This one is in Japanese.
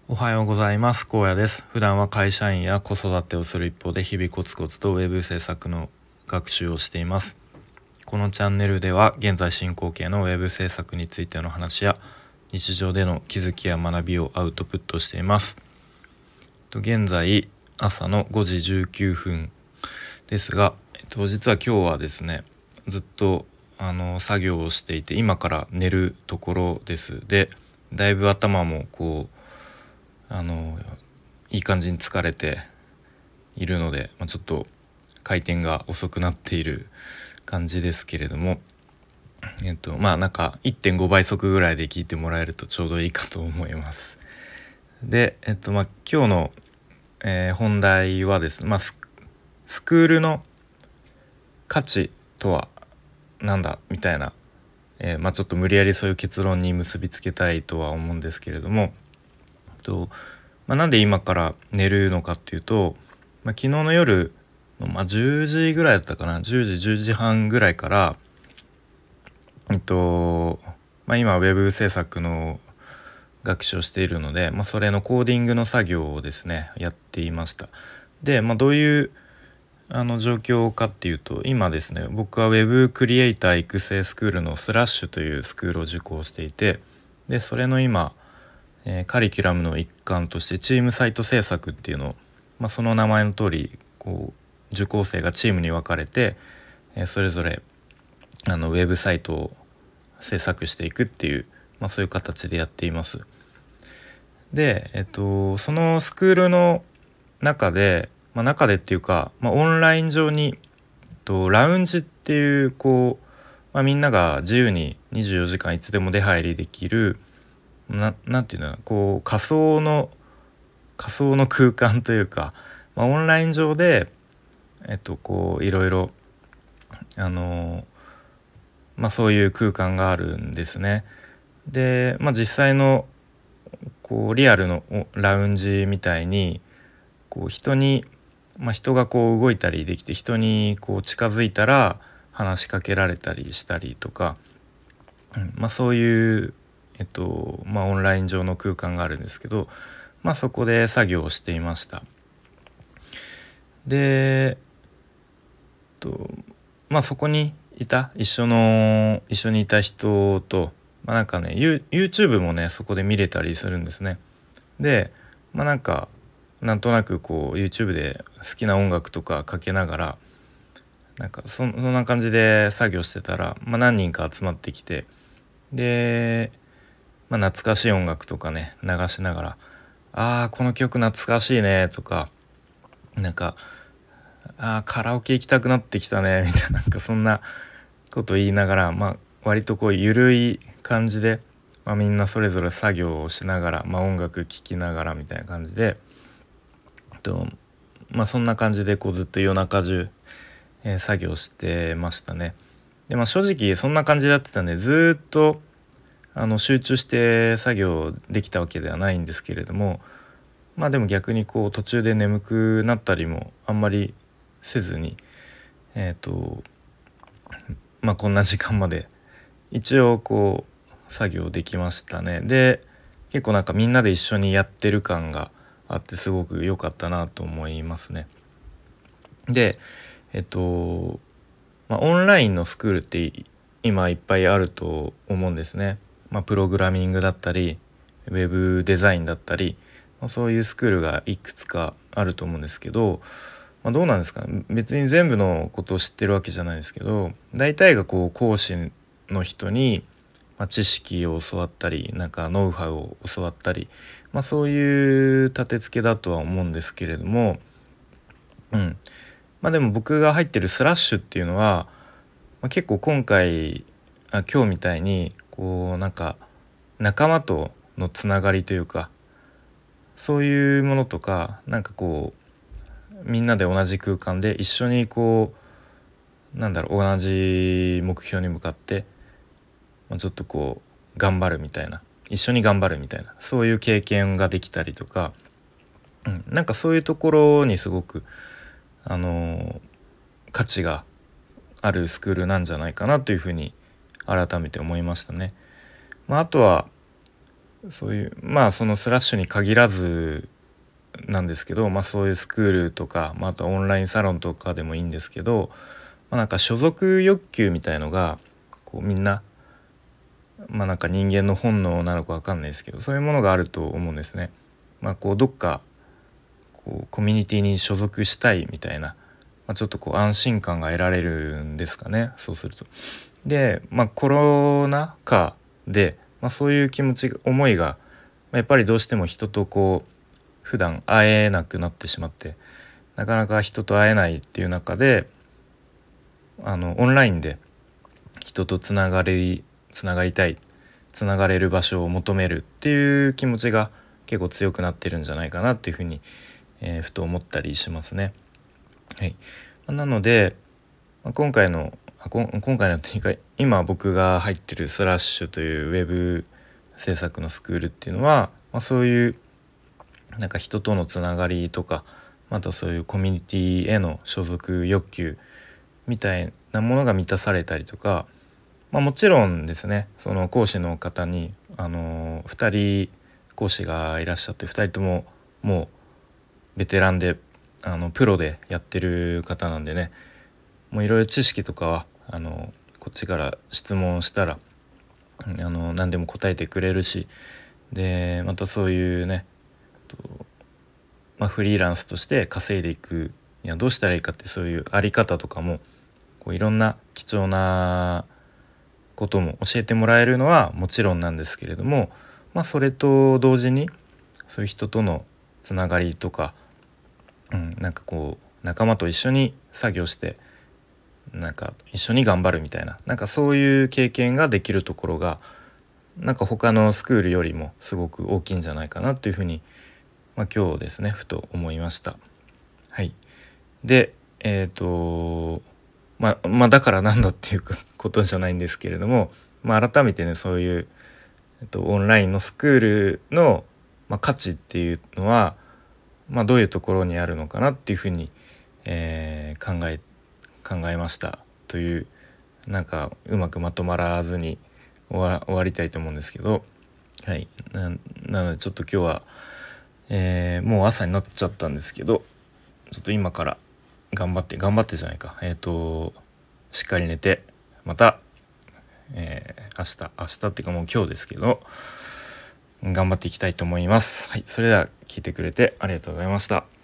おはようございます。荒野です。普段は会社員や子育てをする一方で日々コツコツとウェブ制作の学習をしています。このチャンネルでは現在進行形のウェブ制作についての話や日常での気づきや学びをアウトプットしています。現在朝の5時19分ですが、実は今日はですね、ずっと作業をしていて今から寝るところです。で、だいぶ頭もいい感じに疲れているので、ちょっと回転が遅くなっている感じですけれども、なんか 1.5 倍速ぐらいで聞いてもらえるとちょうどいいかと思います。で、今日の、本題はですね、スクールの価値とはなんだみたいな、ちょっと無理やりそういう結論に結びつけたいとは思うんですけれども、なんで今から寝るのかっていうと、昨日の夜の、10時ぐらいだったかな、10時10時半ぐらいから、今ウェブ制作の学習をしているので、それのコーディングの作業をですねやっていました。で、どういう状況かっていうと、今ですね、僕はウェブクリエイター育成スクールのスラッシュというスクールを受講していて、でそれの今、カリキュラムの一環としてチームサイト制作っていうのを、その名前の通り受講生がチームに分かれて、それぞれウェブサイトを制作していくっていう、そういう形でやっています。で、そのスクールの中で、中でっていうか、オンライン上に、ラウンジっていうみんなが自由に24時間いつでも出入りできる、なんていうのかな、仮想の空間というか、オンライン上でいろいろそういう空間があるんですね。で、実際のリアルのラウンジみたいに人が動いたりできて、人に近づいたら話しかけられたりしたりとか、そういう、オンライン上の空間があるんですけど、そこで作業をしていました。で、そこに一緒にいた人と、なんかね、YouTube もねそこで見れたりするんですね。で、なんとなくYouTube で好きな音楽とかかけながら、そんな感じで作業してたら、何人か集まってきて、で、懐かしい音楽とかね流しながら、この曲懐かしいねとか、カラオケ行きたくなってきたねみたいな、そんなこと言いながら、割とゆるい感じで、みんなそれぞれ作業をしながら、音楽聴きながらみたいな感じで、そんな感じでずっと夜中中、作業してましたね。で、正直そんな感じでやってたんで、ずっと集中して作業できたわけではないんですけれども、でも逆に途中で眠くなったりもあんまりせずに、こんな時間まで一応作業できましたね。で、結構みんなで一緒にやってる感があってすごく良かったなと思いますね。で、オンラインのスクールって今いっぱいあると思うんですね。プログラミングだったりウェブデザインだったり、そういうスクールがいくつかあると思うんですけど、どうなんですかね、別に全部のことを知ってるわけじゃないですけど、大体が講師の人に、知識を教わったりノウハウを教わったり、そういう立て付けだとは思うんですけれども、でも僕が入ってるスラッシュっていうのは、結構今日みたいに仲間とのつながりというか、そういうものとか、みんなで同じ空間で一緒に同じ目標に向かって、ちょっと頑張るみたいな、一緒に頑張るみたいな、そういう経験ができたりとか、そういうところにすごく価値があるスクールなんじゃないかなというふうに改めて思いましたね。あとはそういうそのスラッシュに限らずなんですけど、そういうスクールとか、あとはオンラインサロンとかでもいいんですけど、なんか所属欲求みたいのがこうみんな、なんか人間の本能なのか分かんないですけど、そういうものがあると思うんですね。こうどっかこうコミュニティに所属したいみたいな、ちょっとこう安心感が得られるんですかね、そうすると。で、コロナ禍で、そういう気持ち思いが、やっぱりどうしても人とこう普段会えなくなってしまって、なかなか人と会えないっていう中で、オンラインで人とつながりたい、つながれる場所を求めるっていう気持ちが結構強くなってるんじゃないかなっていうふうに、ふと思ったりしますね。はい。なので、今回のっていうか、今僕が入ってるスラッシュというウェブ制作のスクールっていうのは、そういうなんか人とのつながりとか、またそういうコミュニティへの所属欲求みたいなものが満たされたりとか、もちろんですね、その講師の方に2人講師がいらっしゃって、2人とももうベテランでプロでやってる方なんでね、もういろいろ知識とかはこっちから質問したら何でも答えてくれるし、でまたそういうねフリーランスとして稼いでいくにはどうしたらいいかって、そういうあり方とかもこういろんな貴重なことも教えてもらえるのはもちろんなんですけれども、それと同時にそういう人とのつながりとか、なんかこう仲間と一緒に作業してなんか一緒に頑張るみたいな、なんかそういう経験ができるところがなんか他のスクールよりもすごく大きいんじゃないかなというふうに、今日ですねふと思いました。はい。でだからなんだっていうことじゃないんですけれども、改めてねそういう、オンラインのスクールの、価値っていうのは、どういうところにあるのかなっていうふうに、考えましたという、なんかうまくまとまらずに終わりたいと思うんですけど、はい。なのでちょっと今日は、もう朝になっちゃったんですけど、ちょっと今から頑張ってじゃないか、しっかり寝て、また、明日っていうかもう今日ですけど頑張っていきたいと思います。はい、それでは聞いてくれてありがとうございました。